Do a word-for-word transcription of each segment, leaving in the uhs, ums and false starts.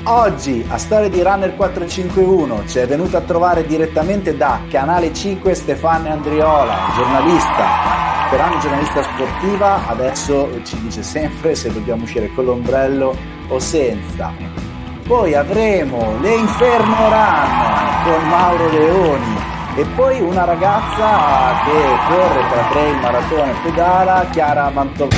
Oggi a Storia di Runner quattrocentocinquantuno ci è venuto a trovare direttamente da Canale cinque Stefania Andriola, giornalista, per anni giornalista sportiva, adesso ci dice sempre se dobbiamo uscire con l'ombrello o senza. Poi avremo le Inferno Run con Mauro Leoni e poi una ragazza che corre tra trail, maratona e pedala, Chiara Mantovani.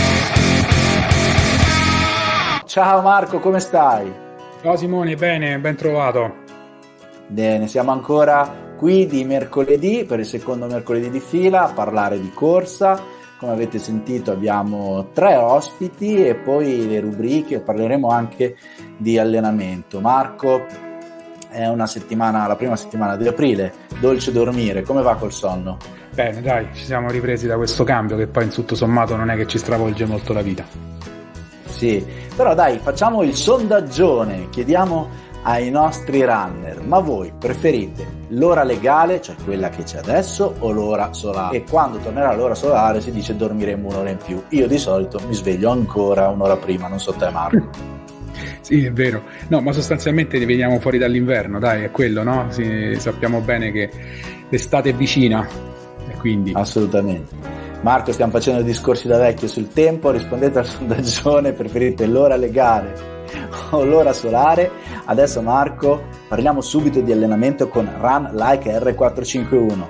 Ciao Marco, come stai? Ciao Simone, bene, ben trovato. Bene, siamo ancora qui di mercoledì, per il secondo mercoledì di fila, a parlare di corsa. Come avete sentito abbiamo tre ospiti e poi le rubriche, parleremo anche di allenamento. Marco, è una settimana, la prima settimana di aprile, dolce dormire, come va col sonno? Bene, dai, ci siamo ripresi da questo cambio che poi in tutto sommato non è che ci stravolge molto la vita. Sì, però dai, facciamo il sondaggione, chiediamo ai nostri runner, ma voi preferite l'ora legale, cioè quella che c'è adesso, o l'ora solare? E quando tornerà l'ora solare si dice dormiremo un'ora in più. Io di solito mi sveglio ancora un'ora prima, non so te Marco. Sì, è vero. No, ma sostanzialmente veniamo fuori dall'inverno, dai, è quello, no? Sì, sappiamo bene che l'estate è vicina e quindi... Assolutamente. Marco, stiamo facendo discorsi da vecchio sul tempo, rispondete al sondaggione, preferite l'ora legale o l'ora solare? Adesso Marco, parliamo subito di allenamento con Run Like R quattrocentocinquantuno.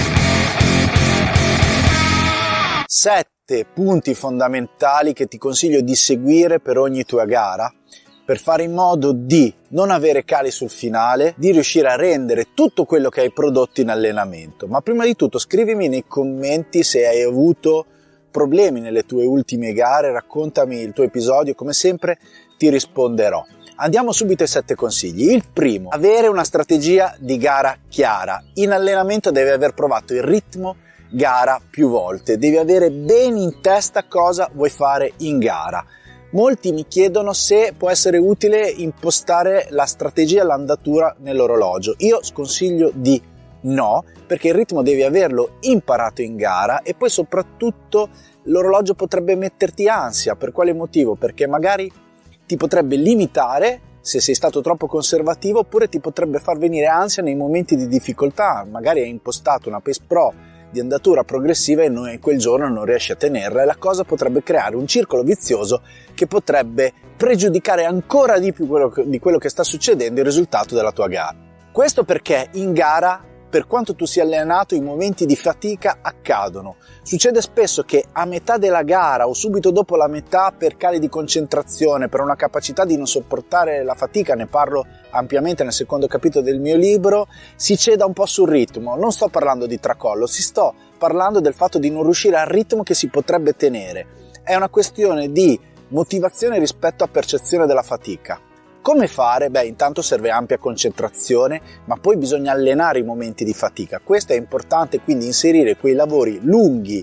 Sette punti fondamentali che ti consiglio di seguire per ogni tua gara, per fare in modo di non avere cali sul finale, di riuscire a rendere tutto quello che hai prodotto in allenamento. Ma prima di tutto scrivimi nei commenti se hai avuto problemi nelle tue ultime gare, raccontami il tuo episodio, come sempre ti risponderò. Andiamo subito ai sette consigli. Il primo, avere una strategia di gara chiara. In allenamento devi aver provato il ritmo gara più volte, devi avere ben in testa cosa vuoi fare in gara. Molti mi chiedono se può essere utile impostare la strategia e l'andatura nell'orologio. Io sconsiglio di no, perché il ritmo devi averlo imparato in gara e poi soprattutto l'orologio potrebbe metterti ansia. Per quale motivo? Perché magari ti potrebbe limitare se sei stato troppo conservativo, oppure ti potrebbe far venire ansia nei momenti di difficoltà. Magari hai impostato una Pace Pro di andatura progressiva e noi quel giorno non riesci a tenerla e la cosa potrebbe creare un circolo vizioso che potrebbe pregiudicare ancora di più quello che, di quello che sta succedendo il risultato della tua gara. Questo perché in gara, per quanto tu sia allenato, i momenti di fatica accadono. Succede spesso che a metà della gara o subito dopo la metà, per cali di concentrazione, per una capacità di non sopportare la fatica, ne parlo ampiamente nel secondo capitolo del mio libro, si ceda un po' sul ritmo. Non sto parlando di tracollo, si sto parlando del fatto di non riuscire al ritmo che si potrebbe tenere. È una questione di motivazione rispetto a percezione della fatica. Come fare? Beh, intanto serve ampia concentrazione, ma poi bisogna allenare i momenti di fatica. Questo è importante, quindi inserire quei lavori lunghi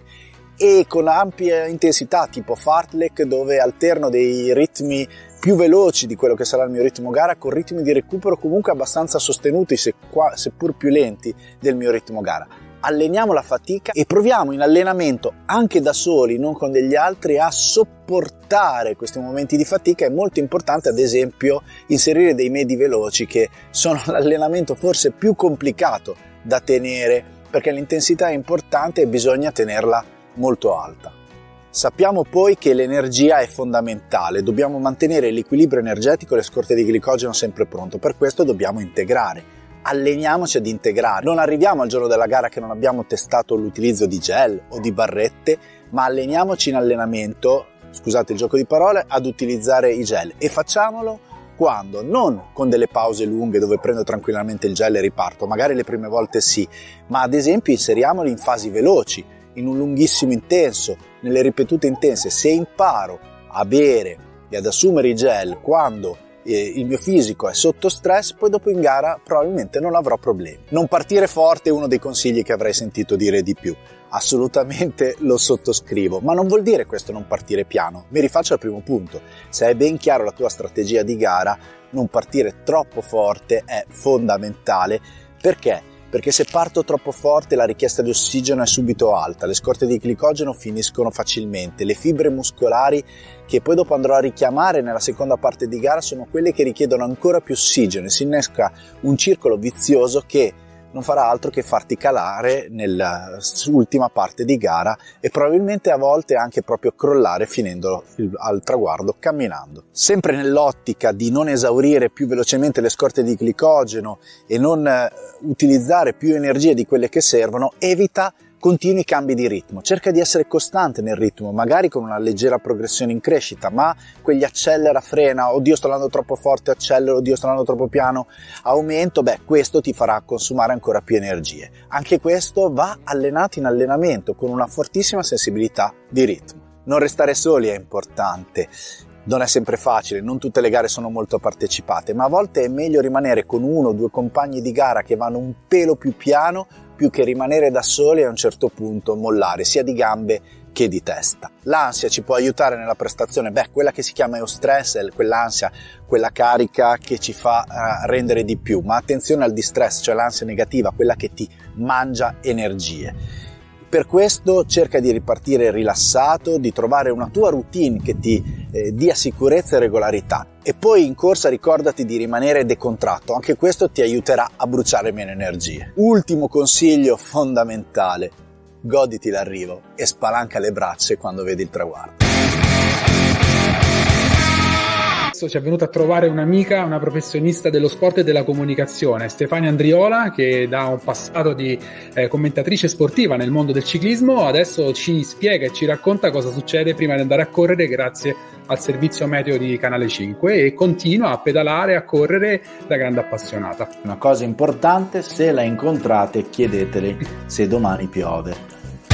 e con ampia intensità, tipo fartlek, dove alterno dei ritmi più veloci di quello che sarà il mio ritmo gara con ritmi di recupero comunque abbastanza sostenuti, seppur più lenti del mio ritmo gara. Alleniamo la fatica e proviamo in allenamento, anche da soli, non con degli altri, a sopportare questi momenti di fatica. È molto importante, ad esempio, inserire dei medi veloci, che sono l'allenamento forse più complicato da tenere, perché l'intensità è importante e bisogna tenerla molto alta. Sappiamo poi che l'energia è fondamentale, dobbiamo mantenere l'equilibrio energetico e le scorte di glicogeno sempre pronto, per questo dobbiamo integrare. Alleniamoci ad integrare, non arriviamo al giorno della gara che non abbiamo testato l'utilizzo di gel o di barrette, ma alleniamoci in allenamento, scusate il gioco di parole, ad utilizzare i gel, e facciamolo quando? Non con delle pause lunghe dove prendo tranquillamente il gel e riparto, magari le prime volte sì, ma ad esempio inseriamoli in fasi veloci, in un lunghissimo intenso, nelle ripetute intense. Se imparo a bere e ad assumere i gel quando il mio fisico è sotto stress, poi dopo in gara probabilmente non avrò problemi. Non partire forte è uno dei consigli che avrei sentito dire di più, assolutamente lo sottoscrivo, ma non vuol dire questo non partire piano. Mi rifaccio al primo punto: se hai ben chiaro la tua strategia di gara, non partire troppo forte è fondamentale, perché perché se parto troppo forte la richiesta di ossigeno è subito alta, le scorte di glicogeno finiscono facilmente, le fibre muscolari che poi dopo andrò a richiamare nella seconda parte di gara sono quelle che richiedono ancora più ossigeno e si innesca un circolo vizioso che non farà altro che farti calare nell'ultima parte di gara e probabilmente a volte anche proprio crollare finendo al traguardo camminando. Sempre nell'ottica di non esaurire più velocemente le scorte di glicogeno e non utilizzare più energie di quelle che servono, evita continui cambi di ritmo, cerca di essere costante nel ritmo, magari con una leggera progressione in crescita, ma quegli accelera, frena, oddio sto andando troppo forte, accelero, oddio sto andando troppo piano, aumento, beh questo ti farà consumare ancora più energie. Anche questo va allenato in allenamento con una fortissima sensibilità di ritmo. Non restare soli è importante. Non è sempre facile, non tutte le gare sono molto partecipate, ma a volte è meglio rimanere con uno o due compagni di gara che vanno un pelo più piano più che rimanere da soli e a un certo punto mollare sia di gambe che di testa. L'ansia ci può aiutare nella prestazione, beh, quella che si chiama eustress è quell'ansia, quella carica che ci fa uh, rendere di più, ma attenzione al distress, cioè l'ansia negativa, quella che ti mangia energie. Per questo cerca di ripartire rilassato, di trovare una tua routine che ti eh, dia sicurezza e regolarità e poi in corsa ricordati di rimanere decontratto, anche questo ti aiuterà a bruciare meno energie. Ultimo consiglio fondamentale, goditi l'arrivo e spalanca le braccia quando vedi il traguardo. Ci è venuta a trovare un'amica, una professionista dello sport e della comunicazione, Stefania Andriola, che da un passato di eh, commentatrice sportiva nel mondo del ciclismo adesso ci spiega e ci racconta cosa succede prima di andare a correre grazie al servizio meteo di Canale cinque e continua a pedalare e a correre da grande appassionata. Una cosa importante, se la incontrate chiedetele se domani piove.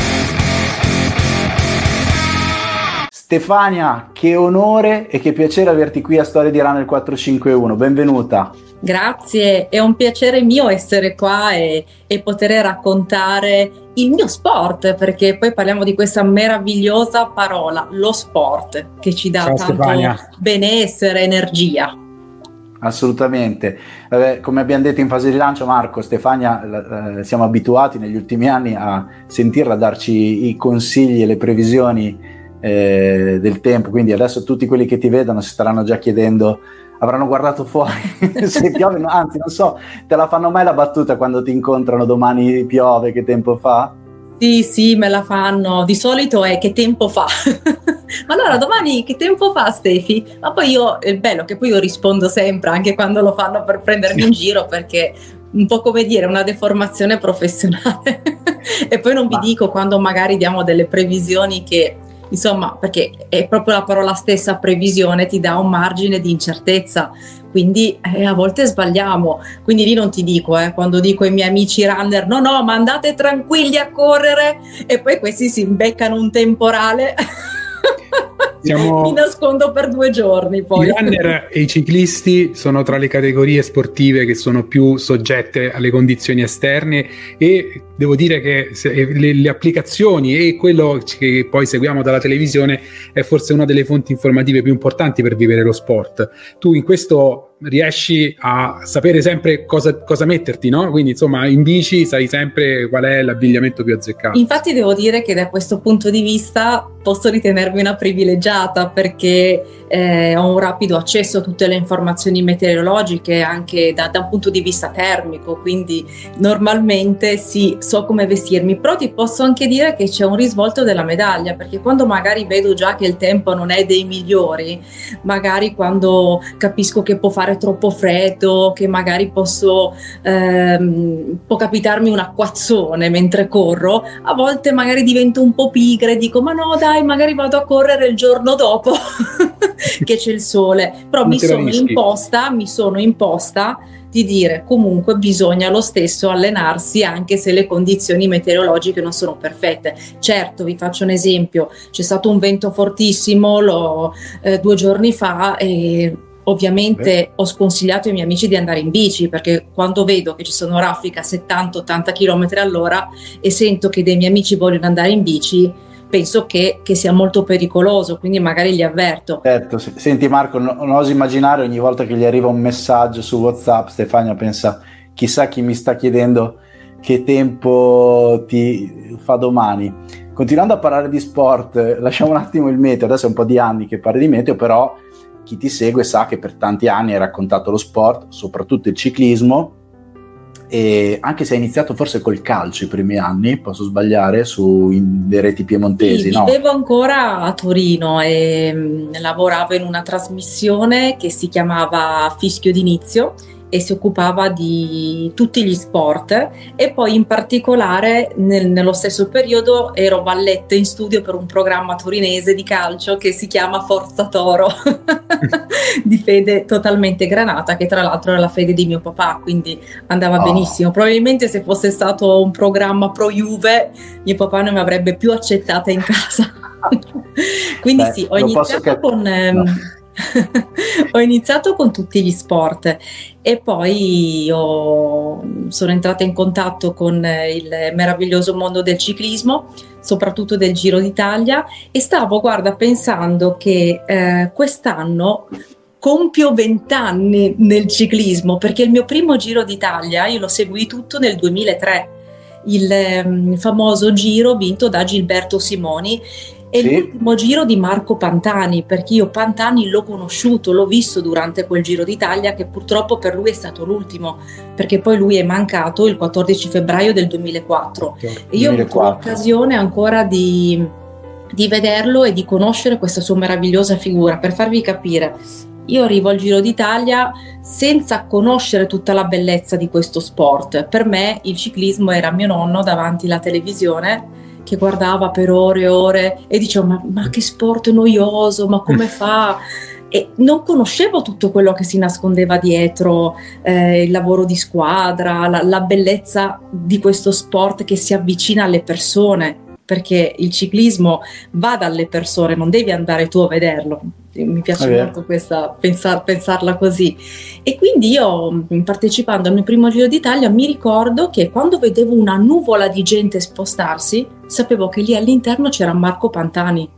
Stefania, che onore e che piacere averti qui a Storie di Runner quattrocentocinquantuno, benvenuta. Grazie, è un piacere mio essere qua e, e poter raccontare il mio sport, perché poi parliamo di questa meravigliosa parola, lo sport, che ci dà Ciao, tanto Stefania. benessere, energia. Assolutamente, eh, come abbiamo detto in fase di lancio, Marco, Stefania, eh, siamo abituati negli ultimi anni a sentirla darci i consigli e le previsioni Eh, del tempo, quindi adesso tutti quelli che ti vedono si staranno già chiedendo, avranno guardato fuori se piove, no, anzi non so, te la fanno mai la battuta quando ti incontrano domani piove, che tempo fa? Sì, sì, me la fanno, di solito è che tempo fa. Ma allora domani che tempo fa, Stefi? Ma poi io, è bello che poi io rispondo sempre, anche quando lo fanno per prendermi in giro, perché un po' come dire una deformazione professionale. E poi non vi Ma... dico quando magari diamo delle previsioni che, insomma, perché è proprio la parola stessa, previsione, ti dà un margine di incertezza, quindi eh, a volte sbagliamo, quindi lì non ti dico, eh, quando dico ai miei amici runner no no ma andate tranquilli a correre e poi questi si imbeccano un temporale. Siamo... mi nascondo per due giorni poi. I runner e i ciclisti sono tra le categorie sportive che sono più soggette alle condizioni esterne e devo dire che le, le applicazioni e quello che poi seguiamo dalla televisione è forse una delle fonti informative più importanti per vivere lo sport. Tu in questo riesci a sapere sempre cosa, cosa metterti, no? Quindi insomma in bici sai sempre qual è l'abbigliamento più azzeccato. Infatti devo dire che da questo punto di vista posso ritenermi una privilegiata, perché eh, ho un rapido accesso a tutte le informazioni meteorologiche anche da, da un punto di vista termico, quindi normalmente sì, so come vestirmi, però ti posso anche dire che c'è un risvolto della medaglia, perché quando magari vedo già che il tempo non è dei migliori, magari quando capisco che può fare troppo freddo, che magari posso ehm, può capitarmi un acquazzone mentre corro, a volte magari divento un po' pigra e dico ma no dai, magari vado a correre il giorno dopo che c'è il sole, però mi sono imposta mi sono imposta di dire comunque bisogna lo stesso allenarsi anche se le condizioni meteorologiche non sono perfette. Certo, vi faccio un esempio, c'è stato un vento fortissimo lo, eh, due giorni fa e ovviamente Beh. ho sconsigliato ai miei amici di andare in bici, perché quando vedo che ci sono raffiche a settanta ottanta chilometri all'ora e sento che dei miei amici vogliono andare in bici, penso che, che sia molto pericoloso, quindi magari li avverto. Certo, senti Marco, non, non oso immaginare ogni volta che gli arriva un messaggio su WhatsApp, Stefania pensa chissà chi mi sta chiedendo che tempo ti fa domani. Continuando a parlare di sport, lasciamo un attimo il meteo, adesso è un po' di anni che parli di meteo, però chi ti segue sa che per tanti anni hai raccontato lo sport, soprattutto il ciclismo, e anche se hai iniziato forse col calcio i primi anni, posso sbagliare, su in, le reti piemontesi, sì, no? Vivevo ancora a Torino e mh, lavoravo in una trasmissione che si chiamava Fischio d'Inizio e si occupava di tutti gli sport, e poi in particolare nel, nello stesso periodo ero valletta in studio per un programma torinese di calcio che si chiama Forza Toro di fede totalmente granata, che tra l'altro era la fede di mio papà, quindi andava oh. benissimo. Probabilmente se fosse stato un programma pro Juve mio papà non mi avrebbe più accettata in casa. Quindi Beh, sì, ho iniziato che... con ehm, no. ho iniziato con tutti gli sport e poi ho, sono entrata in contatto con il meraviglioso mondo del ciclismo, soprattutto del Giro d'Italia, e stavo, guarda, pensando che eh, quest'anno compio vent'anni nel ciclismo, perché il mio primo Giro d'Italia io lo seguì tutto nel duemilatré, il um, famoso Giro vinto da Gilberto Simoni. E sì. L'ultimo giro di Marco Pantani, perché io Pantani l'ho conosciuto, l'ho visto durante quel Giro d'Italia, che purtroppo per lui è stato l'ultimo, perché poi lui è mancato il quattordici febbraio del duemilaquattro. Okay. E io duemilaquattro. Ho avuto l'occasione ancora di, di vederlo e di conoscere questa sua meravigliosa figura. Per farvi capire, io arrivo al Giro d'Italia senza conoscere tutta la bellezza di questo sport. Per me il ciclismo era mio nonno davanti alla televisione che guardava per ore e ore e dicevo ma, ma che sport noioso, ma come fa? E non conoscevo tutto quello che si nascondeva dietro, eh, il lavoro di squadra, la, la bellezza di questo sport che si avvicina alle persone, perché il ciclismo va dalle persone, non devi andare tu a vederlo. Mi piace okay. molto questa, pensar, pensarla così. E quindi io, partecipando al mio primo Giro d'Italia, mi ricordo che quando vedevo una nuvola di gente spostarsi, sapevo che lì all'interno c'era Marco Pantani.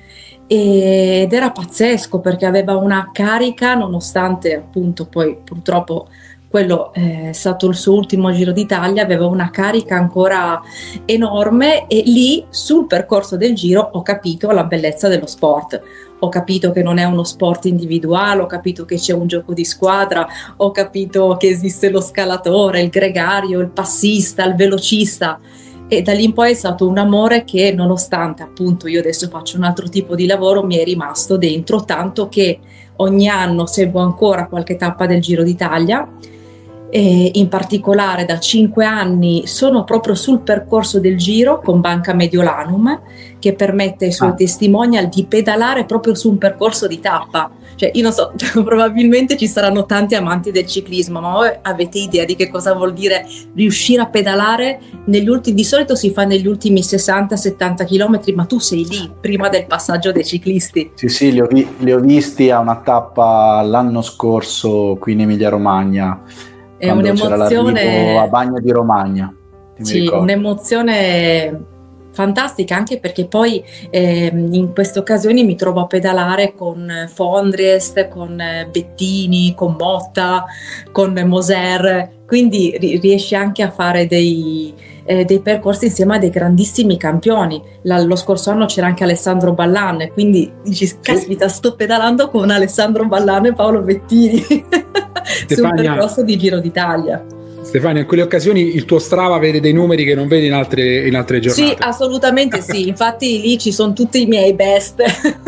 Ed era pazzesco perché aveva una carica, nonostante appunto poi purtroppo quello è stato il suo ultimo Giro d'Italia, aveva una carica ancora enorme, e lì sul percorso del Giro ho capito la bellezza dello sport. Ho capito che non è uno sport individuale, ho capito che c'è un gioco di squadra, ho capito che esiste lo scalatore, il gregario, il passista, il velocista, e da lì in poi è stato un amore che, nonostante appunto io adesso faccio un altro tipo di lavoro, mi è rimasto dentro, tanto che ogni anno seguo ancora qualche tappa del Giro d'Italia. E in particolare da cinque anni sono proprio sul percorso del Giro con Banca Mediolanum, che permette ai suoi ah. testimonial di pedalare proprio su un percorso di tappa. Cioè io non so, probabilmente ci saranno tanti amanti del ciclismo, ma voi avete idea di che cosa vuol dire riuscire a pedalare negli ultimi, di solito si fa negli ultimi sessanta settanta chilometri, ma tu sei lì prima del passaggio dei ciclisti. Sì sì, li ho, vi- li ho visti a una tappa l'anno scorso qui in Emilia Romagna. È un'emozione a Bagno di Romagna. Sì, un'emozione fantastica, anche perché poi eh, in queste occasioni mi trovo a pedalare con Fondriest, con Bettini, con Motta, con Moser, quindi ri- riesci anche a fare dei, eh, dei percorsi insieme a dei grandissimi campioni. La, lo scorso anno c'era anche Alessandro Ballan, quindi dici caspita, sto pedalando con Alessandro Ballan e Paolo Bettini su un percorso di Giro d'Italia. Stefania, in quelle occasioni il tuo Strava vede dei numeri che non vedi in altre, in altre giornate. Sì, assolutamente sì, infatti lì ci sono tutti i miei best.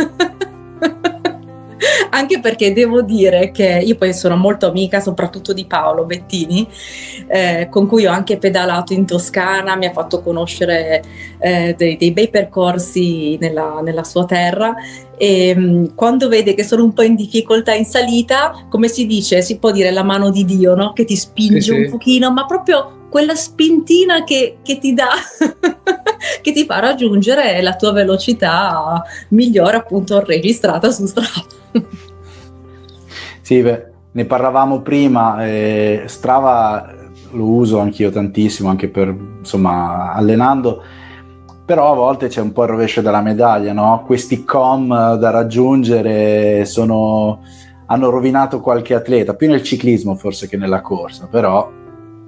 Anche perché devo dire che io poi sono molto amica soprattutto di Paolo Bettini, eh, con cui ho anche pedalato in Toscana, mi ha fatto conoscere eh, dei, dei bei percorsi nella, nella sua terra, e mh, quando vede che sono un po' in difficoltà in salita, come si dice, si può dire la mano di Dio, no? Che ti spinge sì, un sì. pochino, ma proprio quella spintina che, che ti dà che ti fa raggiungere la tua velocità migliore, appunto registrata su Strava. Sì, beh, ne parlavamo prima, eh, Strava lo uso anch'io tantissimo, anche per, insomma, allenando, però a volte c'è un po' il rovescio della medaglia, no? Questi com da raggiungere sono, hanno rovinato qualche atleta, più nel ciclismo forse che nella corsa, però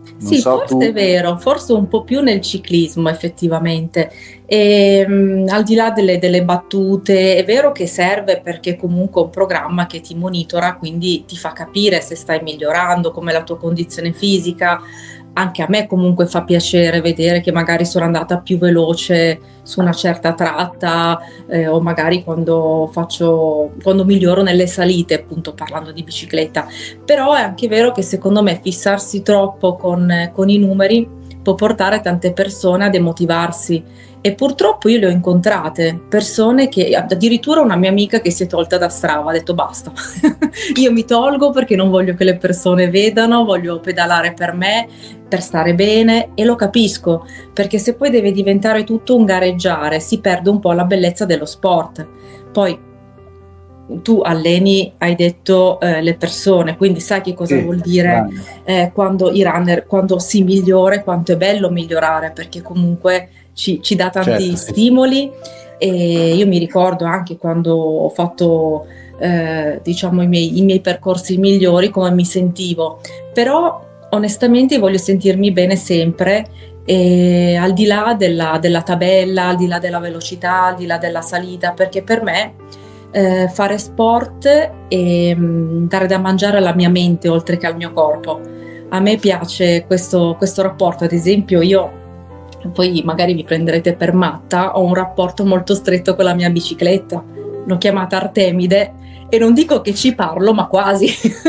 Non sì, so, forse tu... è vero, forse un po' più nel ciclismo effettivamente. E, mh, al di là delle, delle battute, è vero che serve perché comunque è un programma che ti monitora, quindi ti fa capire se stai migliorando, com'è la tua condizione fisica. Anche a me comunque fa piacere vedere che magari sono andata più veloce su una certa tratta, eh, o magari quando faccio, quando miglioro nelle salite, appunto parlando di bicicletta. Però è anche vero che secondo me fissarsi troppo con, con i numeri può portare tante persone a demotivarsi, e purtroppo io le ho incontrate, persone che, addirittura una mia amica che si è tolta da Strava, ha detto basta, io mi tolgo perché non voglio che le persone vedano, voglio pedalare per me, per stare bene, e lo capisco, perché se poi deve diventare tutto un gareggiare si perde un po' la bellezza dello sport. Poi tu alleni, hai detto, eh, le persone, quindi sai che cosa Sì, vuol dire eh, quando i runner, quando si migliora, quanto è bello migliorare, perché comunque ci, ci dà tanti certo, stimoli. E io mi ricordo anche quando ho fatto eh, diciamo i miei, i miei percorsi migliori, come mi sentivo, però onestamente voglio sentirmi bene sempre, e al di là della, della tabella, al di là della velocità, al di là della salita, perché per me Eh, fare sport e mh, dare da mangiare alla mia mente oltre che al mio corpo. A me piace questo, questo rapporto. Ad esempio, io, poi magari vi prenderete per matta, ho un rapporto molto stretto con la mia bicicletta, l'ho chiamata Artemide, e non dico che ci parlo, ma quasi.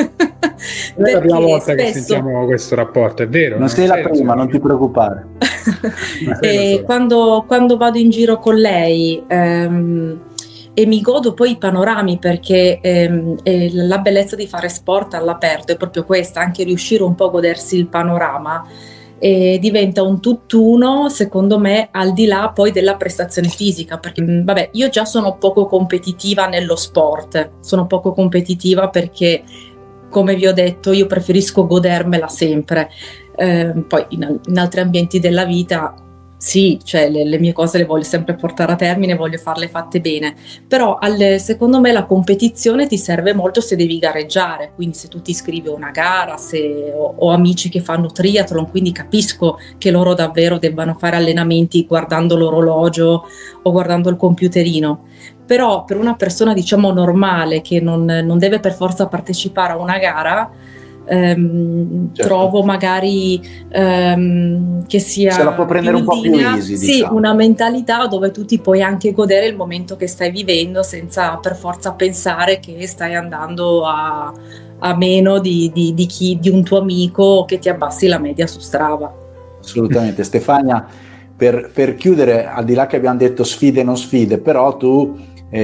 È la prima volta spesso... che sentiamo questo rapporto, è vero? Non, non sei la prima, non ti preoccupare. E so. quando, quando vado in giro con lei ehm, e mi godo poi i panorami, perché ehm, eh, la bellezza di fare sport all'aperto è proprio questa, anche riuscire un po' a godersi il panorama, e diventa un tutt'uno, secondo me, al di là poi della prestazione fisica, perché vabbè, io già sono poco competitiva nello sport, sono poco competitiva perché, come vi ho detto, io preferisco godermela sempre, eh, poi in, in altri ambienti della vita sì, cioè le, le mie cose le voglio sempre portare a termine, voglio farle fatte bene, però alle, secondo me la competizione ti serve molto se devi gareggiare, quindi se tu ti iscrivi a una gara, se ho, ho amici che fanno triathlon, quindi capisco che loro davvero debbano fare allenamenti guardando l'orologio o guardando il computerino, però per una persona diciamo normale che non, non deve per forza partecipare a una gara, Ehm, certo. trovo magari ehm, che sia se la può prendere un po' più easy, sì, diciamo. Una mentalità dove tu ti puoi anche godere il momento che stai vivendo senza per forza pensare che stai andando a, a meno di, di, di, chi, di un tuo amico, o che ti abbassi la media su Strava. Assolutamente. Stefania, per, per chiudere, al di là che abbiamo detto sfide e non sfide, però tu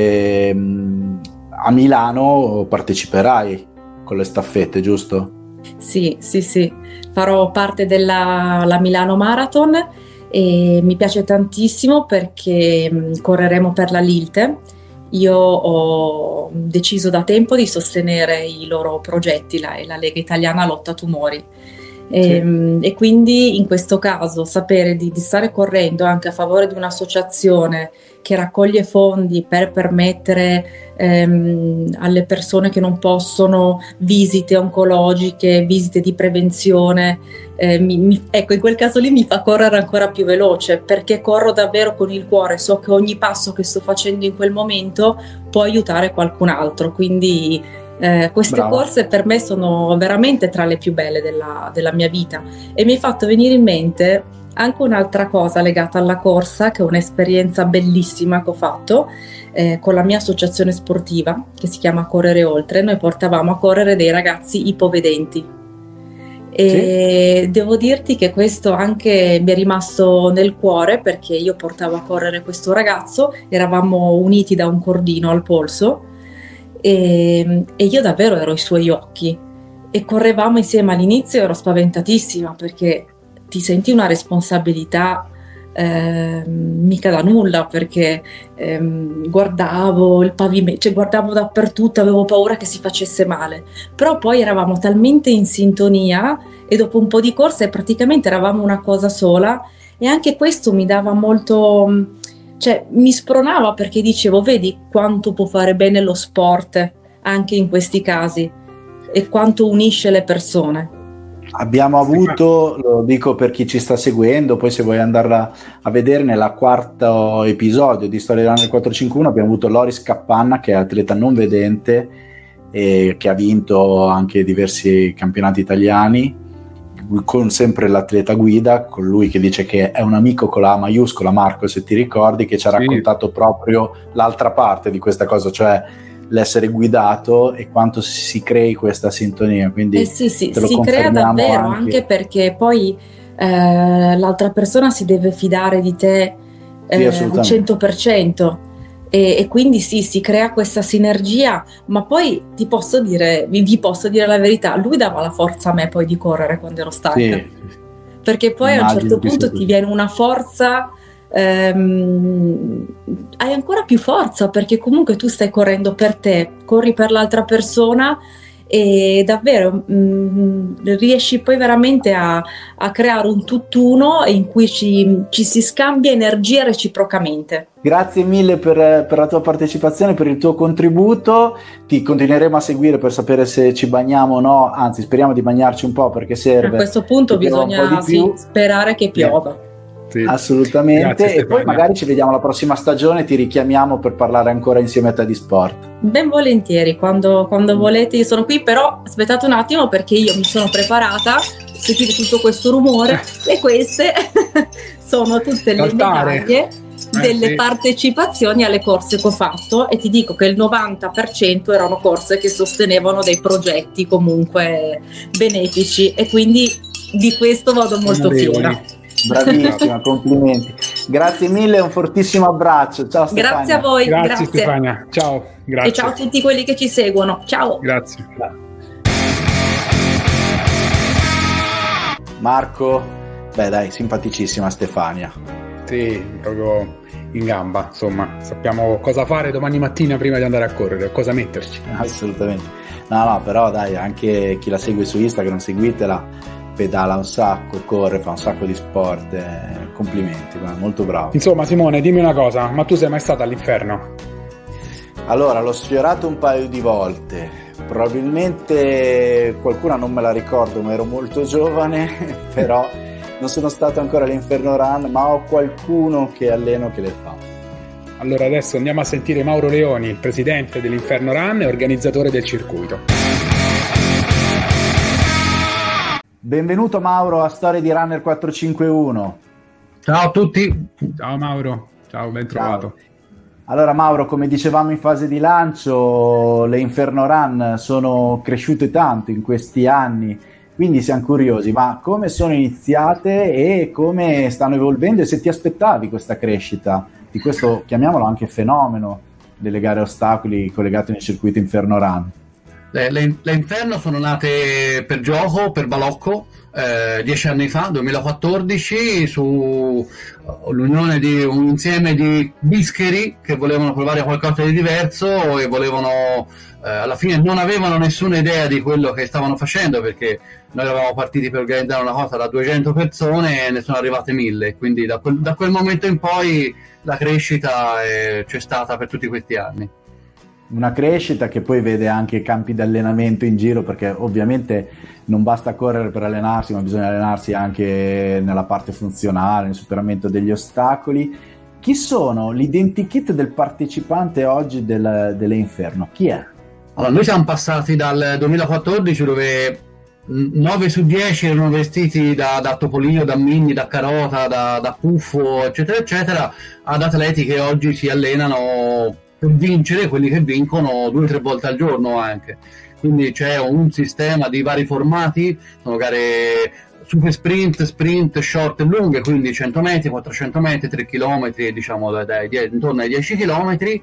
ehm, a Milano parteciperai con le staffette, giusto? Sì, sì, sì, farò parte della la Milano Marathon e mi piace tantissimo perché mh, correremo per la Lilte. Io ho deciso da tempo di sostenere i loro progetti, la, la Lega Italiana Lotta Tumori. E, sì. e quindi in questo caso sapere di, di stare correndo anche a favore di un'associazione che raccoglie fondi per permettere ehm, alle persone che non possono visite oncologiche, visite di prevenzione, eh, mi, mi, ecco, in quel caso lì mi fa correre ancora più veloce, perché corro davvero con il cuore, so che ogni passo che sto facendo in quel momento può aiutare qualcun altro, quindi Eh, queste Brava. corse per me sono veramente tra le più belle della, della mia vita, e mi hai fatto venire in mente anche un'altra cosa legata alla corsa, che è un'esperienza bellissima che ho fatto eh, con la mia associazione sportiva che si chiama Correre Oltre. Noi portavamo a correre dei ragazzi ipovedenti e sì. devo dirti che questo anche mi è rimasto nel cuore, perché io portavo a correre questo ragazzo, eravamo uniti da un cordino al polso. E, e io davvero ero ai suoi occhi e correvamo insieme. All'inizio ero spaventatissima perché ti senti una responsabilità eh, mica da nulla, perché eh, guardavo il pavimento, cioè guardavo dappertutto, avevo paura che si facesse male, però poi eravamo talmente in sintonia e dopo un po' di corsa praticamente eravamo una cosa sola, e anche questo mi dava molto... Cioè, mi spronava, perché dicevo, vedi quanto può fare bene lo sport anche in questi casi e quanto unisce le persone. Abbiamo avuto, lo dico per chi ci sta seguendo, poi se vuoi andarla a vedere, nella quarto episodio di Storia del quattrocentocinquantuno abbiamo avuto Loris Cappanna, che è atleta non vedente e che ha vinto anche diversi campionati italiani, con sempre l'atleta guida, con lui che dice che è un amico con la A maiuscola, Marco, se ti ricordi, che ci ha sì. raccontato proprio l'altra parte di questa cosa, cioè l'essere guidato e quanto si crei questa sintonia. Quindi eh sì, sì, si crea davvero, anche, anche perché poi eh, l'altra persona si deve fidare di te eh, sì, al cento per cento e, e quindi sì, si crea questa sinergia. Ma poi ti posso dire, vi, vi posso dire la verità, lui dava la forza a me poi di correre quando ero stanca, sì. perché poi Immagino a un certo punto ti viene una forza, ehm, hai ancora più forza, perché comunque tu stai correndo per te, corri per l'altra persona e davvero mh, riesci poi veramente a, a creare un tutt'uno in cui ci, ci si scambia energia reciprocamente. Grazie mille per, per la tua partecipazione, per il tuo contributo. Ti continueremo a seguire per sapere se ci bagniamo o no, anzi speriamo di bagnarci un po' perché serve. A questo punto bisogna sì, sperare che piova. Sì. Assolutamente. Grazie, e poi magari ci vediamo la prossima stagione, ti richiamiamo per parlare ancora insieme a te di sport. Ben volentieri, quando, quando volete io sono qui, però aspettate un attimo perché io mi sono preparata, sentite tutto questo rumore e queste sono tutte le medaglie delle eh, sì. partecipazioni alle corse che ho fatto, e ti dico che il novanta per cento erano corse che sostenevano dei progetti comunque benefici, e quindi di questo vado molto fiera. Bravissima, complimenti. Grazie mille, un fortissimo abbraccio. Ciao Stefania. Grazie a voi. Grazie, grazie. Stefania. Ciao. Grazie. E ciao a tutti quelli che ci seguono. Ciao. Grazie. Marco, beh dai, simpaticissima Stefania. Sì, proprio in gamba, insomma, sappiamo cosa fare domani mattina prima di andare a correre, cosa metterci. Assolutamente. No, no, però dai, anche chi la segue su Instagram, seguitela. Pedala un sacco, corre, fa un sacco di sport, eh, complimenti, molto bravo. Insomma Simone, dimmi una cosa, ma tu sei mai stato all'inferno? Allora, l'ho sfiorato un paio di volte, probabilmente qualcuna non me la ricordo, ma ero molto giovane, però non sono stato ancora all'Inferno Run, ma ho qualcuno che alleno che le fa. Allora adesso andiamo a sentire Mauro Leoni, il presidente dell'Inferno Run e organizzatore del circuito. Benvenuto Mauro a Storie di Runner quattrocentocinquantuno. Ciao a tutti. Ciao Mauro, ciao, ben trovato. Ciao. Allora Mauro, come dicevamo in fase di lancio, le Inferno Run sono cresciute tanto in questi anni, quindi siamo curiosi, ma come sono iniziate e come stanno evolvendo, e se ti aspettavi questa crescita di questo, chiamiamolo anche fenomeno, delle gare a ostacoli collegate nel circuito Inferno Run? Le, le, le Inferno sono nate per gioco, per balocco, eh, dieci anni fa, duemilaquattordici, su l'unione di un insieme di bischeri che volevano provare qualcosa di diverso e volevano, eh, alla fine non avevano nessuna idea di quello che stavano facendo, perché noi eravamo partiti per organizzare una cosa da duecento persone e ne sono arrivate mille, quindi da quel, da quel momento in poi la crescita è, c'è stata per tutti questi anni. Una crescita che poi vede anche campi di allenamento in giro, perché ovviamente non basta correre per allenarsi, ma bisogna allenarsi anche nella parte funzionale, nel superamento degli ostacoli. Chi sono l'identikit del partecipante oggi del, delle Inferno? Chi è? Allora, noi siamo passati dal duemilaquattordici, dove nove su dieci erano vestiti da, da Topolino, da Minnie, da Carota, da, da Puffo, eccetera eccetera, ad atleti che oggi si allenano per vincere, quelli che vincono due o tre volte al giorno anche. Quindi c'è un sistema di vari formati, sono gare super sprint, sprint, short e lunghe, quindi cento metri, quattrocento metri, tre chilometri, diciamo dai, dai, intorno ai dieci chilometri,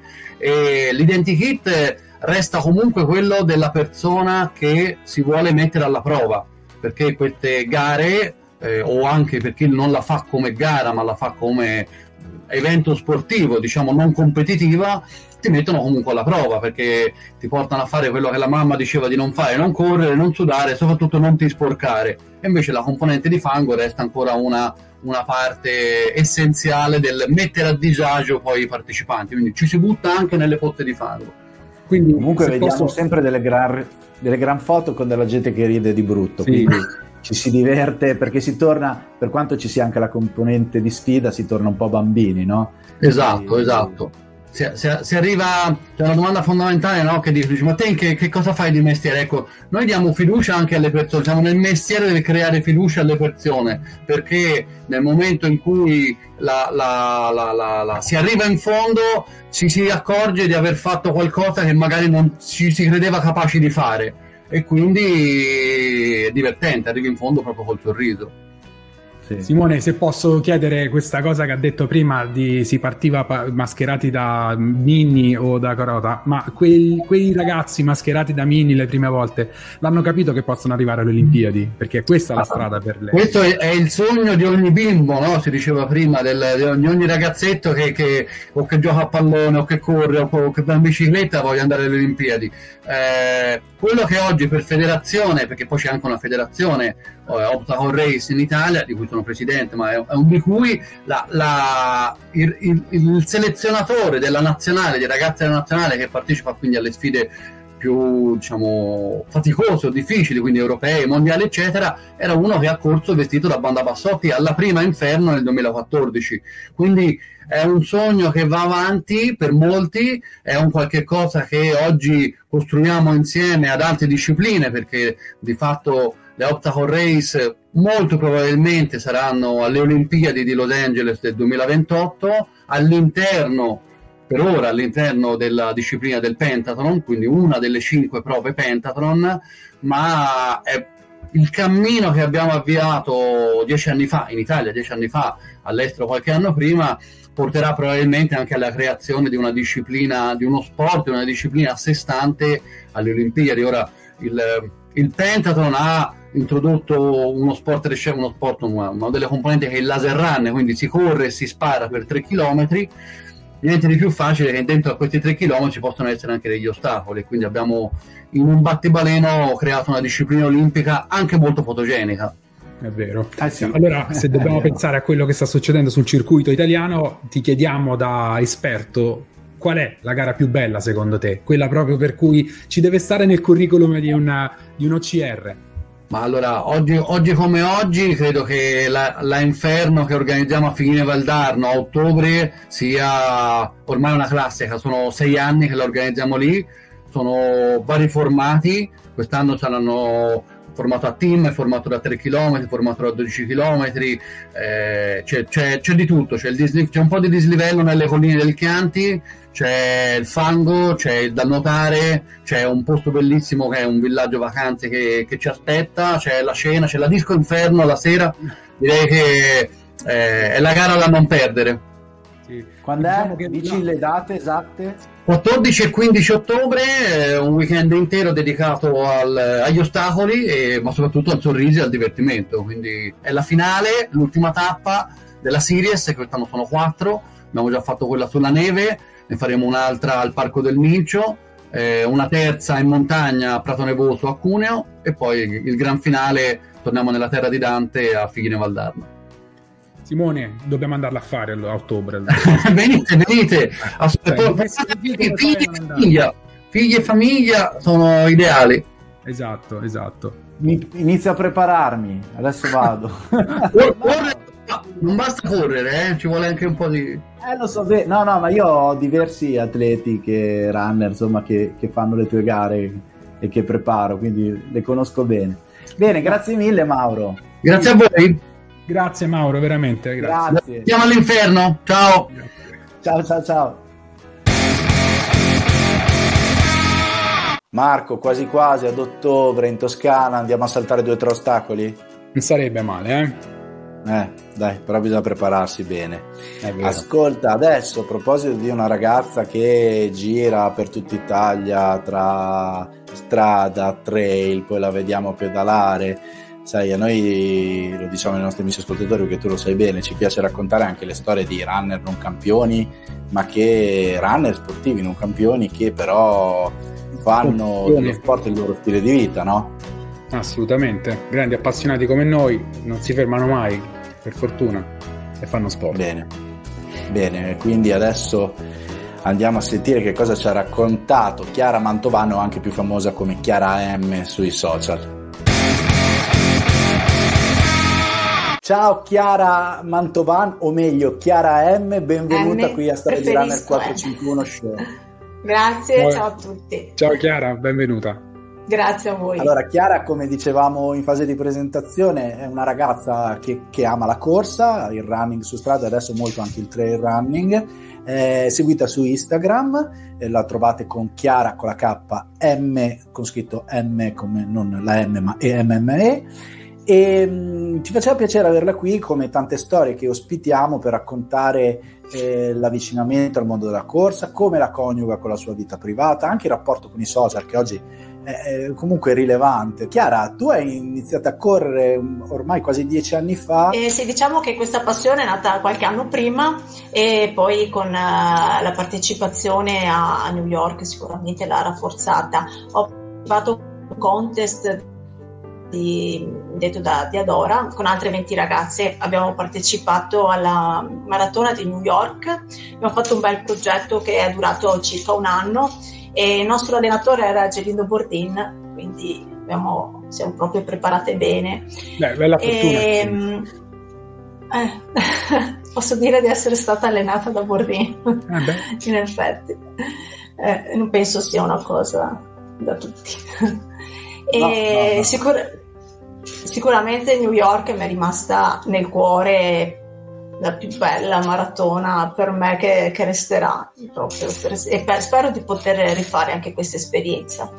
e l'identikit resta comunque quello della persona che si vuole mettere alla prova, perché queste gare, eh, o anche per chi non la fa come gara ma la fa come evento sportivo, diciamo non competitiva, ti mettono comunque alla prova, perché ti portano a fare quello che la mamma diceva di non fare: non correre, non sudare, soprattutto non ti sporcare. E invece la componente di fango resta ancora una, una parte essenziale del mettere a disagio poi i partecipanti, quindi ci si butta anche nelle pozze di fango. Quindi comunque vediamo posso... sempre delle gran, delle gran foto con della gente che ride di brutto, sì. Quindi ci si diverte, perché si torna, per quanto ci sia anche la componente di sfida, si torna un po' bambini, no? Esatto, e, esatto. Si, si, si arriva, c'è una domanda fondamentale, no? Che dici, ma te in che, che cosa fai di mestiere? Ecco, noi diamo fiducia anche alle persone, siamo nel mestiere del creare fiducia alle persone, perché nel momento in cui la, la, la, la, la, si arriva in fondo ci si accorge di aver fatto qualcosa che magari non ci si credeva capaci di fare, e quindi è divertente, arrivi in fondo proprio col sorriso. Sì. Simone, se posso chiedere questa cosa che ha detto prima, di si partiva pa- mascherati da Minni o da Carota, ma quei, quei ragazzi mascherati da Minni le prime volte l'hanno capito che possono arrivare alle Olimpiadi? Perché questa è la strada per lei. Questo è, è il sogno di ogni bimbo, no? Si diceva prima, del, di ogni, ogni ragazzetto che, che o che gioca a pallone o che corre o, o che va in bicicletta voglia andare alle Olimpiadi. Eh, quello che oggi per federazione, perché poi c'è anche una federazione eh, Obstacle Race in Italia, di cui sono presidente, ma è, è un di cui la, la, il, il, il selezionatore della nazionale, dei ragazzi della nazionale che partecipa quindi alle sfide più, diciamo, faticose o difficili, quindi europee, mondiali eccetera, era uno che ha corso vestito da Banda Bassotti alla prima Inferno nel duemilaquattordici, quindi è un sogno che va avanti per molti, è un qualche cosa che oggi costruiamo insieme ad altre discipline, perché di fatto le Obstacle Race molto probabilmente saranno alle Olimpiadi di Los Angeles del duemilaventotto, all'interno, per ora all'interno della disciplina del pentathlon, quindi una delle cinque prove pentathlon, ma è il cammino che abbiamo avviato dieci anni fa, in Italia dieci anni fa, all'estero qualche anno prima, porterà probabilmente anche alla creazione di una disciplina, di uno sport, di una disciplina a sé stante alle Olimpiadi. Ora il, il pentathlon ha introdotto uno sport, uno sport, una, una delle componenti che è il laser run, quindi si corre e si spara per tre chilometri. Niente di più facile che dentro a questi tre chilometri possono essere anche degli ostacoli, quindi abbiamo in un battibaleno creato una disciplina olimpica anche molto fotogenica. È vero. Ah, sì. Allora, se dobbiamo pensare a quello che sta succedendo sul circuito italiano, ti chiediamo da esperto, qual è la gara più bella secondo te? Quella proprio per cui ci deve stare nel curriculum di, una, di un O C R? Ma allora, oggi, oggi come oggi, credo che la, la Inferno che organizziamo a Figline Valdarno a ottobre sia ormai una classica, sono sei anni che la organizziamo lì, sono vari formati, quest'anno saranno formato a team, formato da tre chilometri, formato da dodici chilometri, eh, c'è, c'è, c'è di tutto, c'è, il disli- c'è un po' di dislivello nelle colline del Chianti, c'è il fango, c'è il da nuotare, c'è un posto bellissimo che è un villaggio vacanze che, che ci aspetta, c'è la cena, c'è la disco Inferno la sera, direi che eh, è la gara da non perdere. Sì. Quando diciamo è? Che dici no. Le date esatte? quattordici e quindici ottobre, eh, un weekend intero dedicato al, agli ostacoli, e, ma soprattutto al sorriso e al divertimento. Quindi è la finale, l'ultima tappa della Series, che quest'anno sono quattro, abbiamo già fatto quella sulla neve, ne faremo un'altra al Parco del Mincio, eh, una terza in montagna a Prato Nevoso a Cuneo, e poi il gran finale torniamo nella terra di Dante a Figline Valdarno. Simone, dobbiamo andarla a fare a ottobre. venite, venite. Figli e famiglia. Figli e famiglia sono ideali. Esatto, esatto. Mi, inizio a prepararmi, adesso vado. Corre, non basta correre, eh? Ci vuole anche un po' di... Eh, lo so, beh, no, no, ma io ho diversi atleti che runner, insomma, che, che fanno le tue gare e che preparo, quindi le conosco bene. Bene, grazie mille Mauro. Grazie a voi. Grazie Mauro, veramente, grazie. Grazie. Siamo all'inferno, ciao. Ciao, ciao, ciao. Marco, quasi quasi ad ottobre in Toscana andiamo a saltare due o tre ostacoli? Non sarebbe male, eh? Eh, dai, però bisogna prepararsi bene. Ascolta, adesso a proposito di una ragazza che gira per tutta Italia tra strada, trail, poi la vediamo pedalare. Sai, a noi, lo diciamo ai nostri amici ascoltatori perché tu lo sai bene, ci piace raccontare anche le storie di runner non campioni, ma che runner sportivi non campioni che però fanno dello sport il loro stile di vita, no? Assolutamente, grandi appassionati come noi non si fermano mai, per fortuna, e fanno sport. Bene, bene, quindi adesso andiamo a sentire che cosa ci ha raccontato Chiara Mantovano, anche più famosa come Chiara M sui social. Ciao Chiara Mantovan, o meglio Chiara M, benvenuta M, qui a Storia di Runner quattrocentocinquantuno Show. Grazie, ciao. ciao a tutti. Ciao Chiara, benvenuta. Grazie a voi. Allora, Chiara, come dicevamo in fase di presentazione, è una ragazza che, che ama la corsa, il running su strada, adesso molto anche il trail running. È seguita su Instagram, eh, la trovate con Chiara con la K M, con scritto M come non la M ma E M M E. E mh, ci faceva piacere averla qui, come tante storie che ospitiamo, per raccontare eh, l'avvicinamento al mondo della corsa, come la coniuga con la sua vita privata, anche il rapporto con i social, che oggi è comunque rilevante. Chiara, tu hai iniziato a correre ormai quasi dieci anni fa. Eh, sì, diciamo che questa passione è nata qualche anno prima, e poi con uh, la partecipazione a, a New York sicuramente l'ha rafforzata. Ho fatto un contest di, detto da, di Adora con altre venti ragazze, abbiamo partecipato alla maratona di New York, abbiamo fatto un bel progetto che è durato circa un anno, e il nostro allenatore era Gelindo Bordin, quindi abbiamo, siamo proprio preparate bene. Beh, bella fortuna. E, eh, posso dire di essere stata allenata da Bordin, eh in effetti. Eh, non penso sia una cosa da tutti. E no, no, no. Sicur- sicuramente New York mi è rimasta nel cuore, la più bella maratona per me che, che resterà proprio per, e per, spero di poter rifare anche questa esperienza.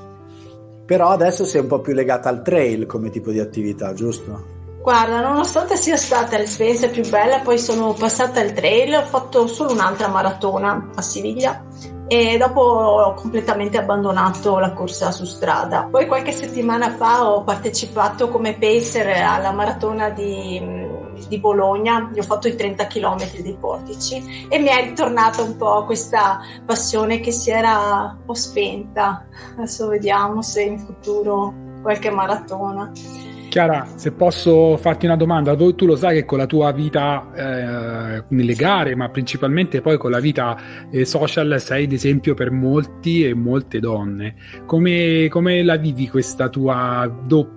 Però adesso sei un po' più legata al trail come tipo di attività, giusto? Guarda, nonostante sia stata l'esperienza più bella, poi sono passata al trail, ho fatto solo un'altra maratona a Siviglia e dopo ho completamente abbandonato la corsa su strada. Poi qualche settimana fa ho partecipato come pacer alla maratona di di Bologna, io ho fatto i trenta chilometri dei portici e mi è ritornata un po' questa passione che si era un po' spenta. Adesso vediamo se in futuro qualche maratona. Chiara, se posso farti una domanda, tu, tu lo sai che con la tua vita eh, nelle gare, ma principalmente poi con la vita eh, social, sei ad esempio per molti e molte donne. Come, come la vivi questa tua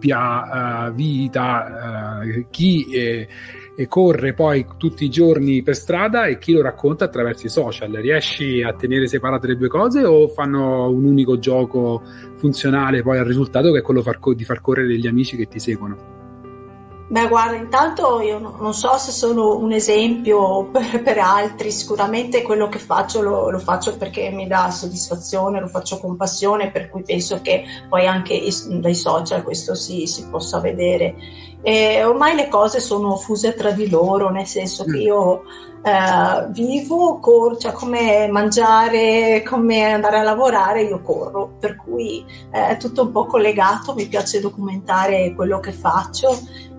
doppia uh, vita? Uh, chi eh, e corre poi tutti i giorni per strada e chi lo racconta attraverso i social? Riesci a tenere separate le due cose o fanno un unico gioco funzionale poi al risultato, che è quello far co- di far correre gli amici che ti seguono? Beh, guarda, intanto io no, non so se sono un esempio per, per altri, sicuramente quello che faccio lo, lo faccio perché mi dà soddisfazione, lo faccio con passione, per cui penso che poi anche is, dai social questo si, si possa vedere. E ormai le cose sono fuse tra di loro, nel senso che io eh, vivo, corro, cioè come mangiare, come andare a lavorare, io corro, per cui eh, è tutto un po' collegato, mi piace documentare quello che faccio,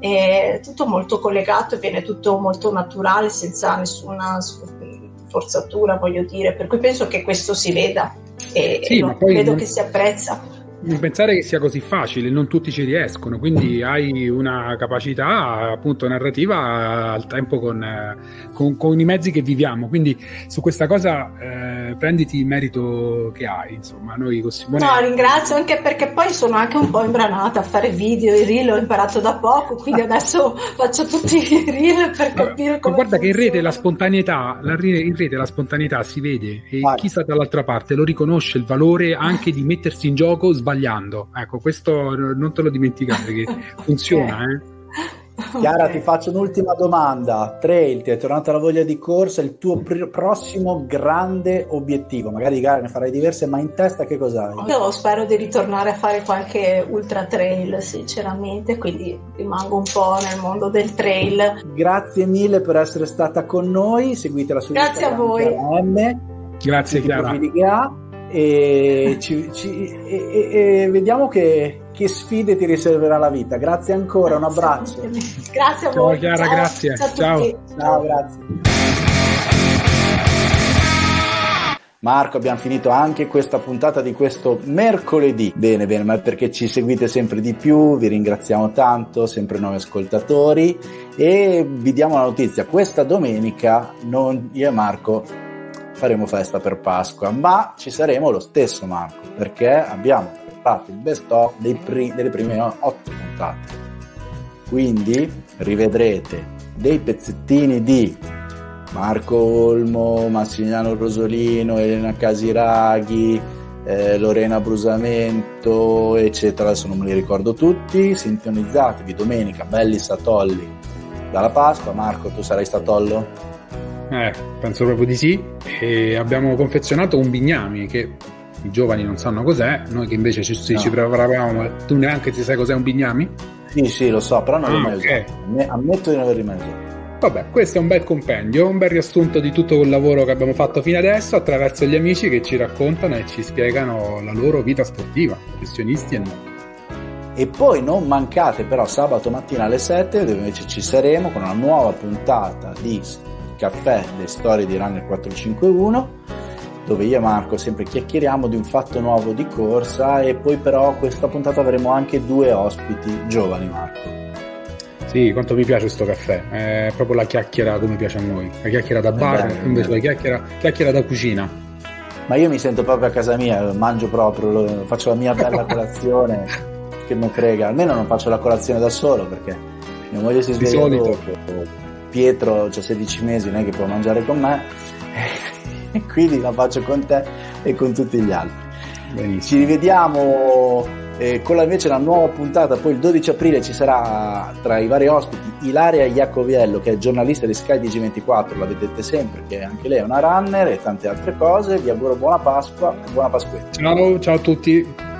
è tutto molto collegato e viene tutto molto naturale, senza nessuna forzatura, voglio dire, per cui penso che questo si veda e, sì, e lo, vedo non... che si apprezza. Non pensare che sia così facile, non tutti ci riescono, quindi hai una capacità appunto narrativa al tempo con, con, con i mezzi che viviamo, quindi su questa cosa eh, prenditi il merito che hai, insomma. Noi con Simone... No, ringrazio, anche perché poi sono anche un po' imbranata a fare video, i reel ho imparato da poco, quindi adesso faccio tutti i reel per capire come guarda funziona. Che in rete la spontaneità, la, in rete la spontaneità si vede e ah. chi sta dall'altra parte lo riconosce il valore anche di mettersi in gioco sbagliando. Ecco, questo non te lo dimenticare che funziona. Okay. Eh. Chiara, ti faccio un'ultima domanda. Trail, ti è tornata la voglia di corsa, il tuo pr- prossimo grande obiettivo? Magari di gare ne farai diverse, ma in testa che cos'hai? Io spero di ritornare a fare qualche ultra trail, sinceramente, quindi rimango un po' nel mondo del trail. Grazie mille per essere stata con noi, seguitela su Grazie Instagram, a voi. Chiara M. Grazie Chiara. Che ha. E, ci, ci, e, e, e vediamo che, che sfide ti riserverà la vita. Grazie ancora, un abbraccio. Grazie a ciao, voi. Chiara, ciao, grazie. Ciao, ciao. Ciao, grazie. Marco, abbiamo finito anche questa puntata di questo mercoledì. Bene, bene, ma perché ci seguite sempre di più, vi ringraziamo tanto, sempre nuovi ascoltatori, e vi diamo la notizia: questa domenica non, io e Marco faremo festa per Pasqua, ma ci saremo lo stesso, Marco, perché abbiamo preparato il best of dei pri- delle prime otto puntate, quindi rivedrete dei pezzettini di Marco Olmo, Massimiliano Rosolino, Elena Casiraghi, eh, Lorena Brusamento, eccetera, adesso non me li ricordo tutti. Sintonizzatevi domenica, belli satolli dalla Pasqua. Marco, tu sarai satollo? Eh, penso proprio di sì. E abbiamo confezionato un bignami che i giovani non sanno cos'è, noi che invece ci, no. ci preparavamo. Tu neanche ti sai cos'è un bignami? Sì, sì, lo so, però non ah, l'ho mai okay. usato. Ammetto di non averli mai usato. Vabbè, questo è un bel compendio, un bel riassunto di tutto quel lavoro che abbiamo fatto fino adesso attraverso gli amici che ci raccontano e ci spiegano la loro vita sportiva, professionisti e non. E poi non mancate però sabato mattina alle sette, dove invece ci saremo con una nuova puntata di Caffè, le storie di Runner quattrocentocinquantuno, dove io e Marco sempre chiacchieriamo di un fatto nuovo di corsa, e poi però questa puntata avremo anche due ospiti giovani. Marco, sì, quanto mi piace sto caffè, è proprio la chiacchiera come piace a noi, la chiacchiera da bar, bene, invece bene. la chiacchiera, chiacchiera da cucina. Ma io mi sento proprio a casa mia, mangio proprio, faccio la mia bella colazione, che mi frega, almeno non faccio la colazione da solo, perché mia moglie si sveglia dopo, Pietro c'ha sedici mesi, non è che può mangiare con me, e quindi la faccio con te e con tutti gli altri. Benissimo. Ci rivediamo eh, con la, invece la nuova puntata, poi il dodici aprile ci sarà tra i vari ospiti Ilaria Iacoviello, che è giornalista di Sky T G ventiquattro, la vedete sempre, che anche lei è una runner, e tante altre cose. Vi auguro buona Pasqua e buona Pasquetta. Ciao, ciao a tutti.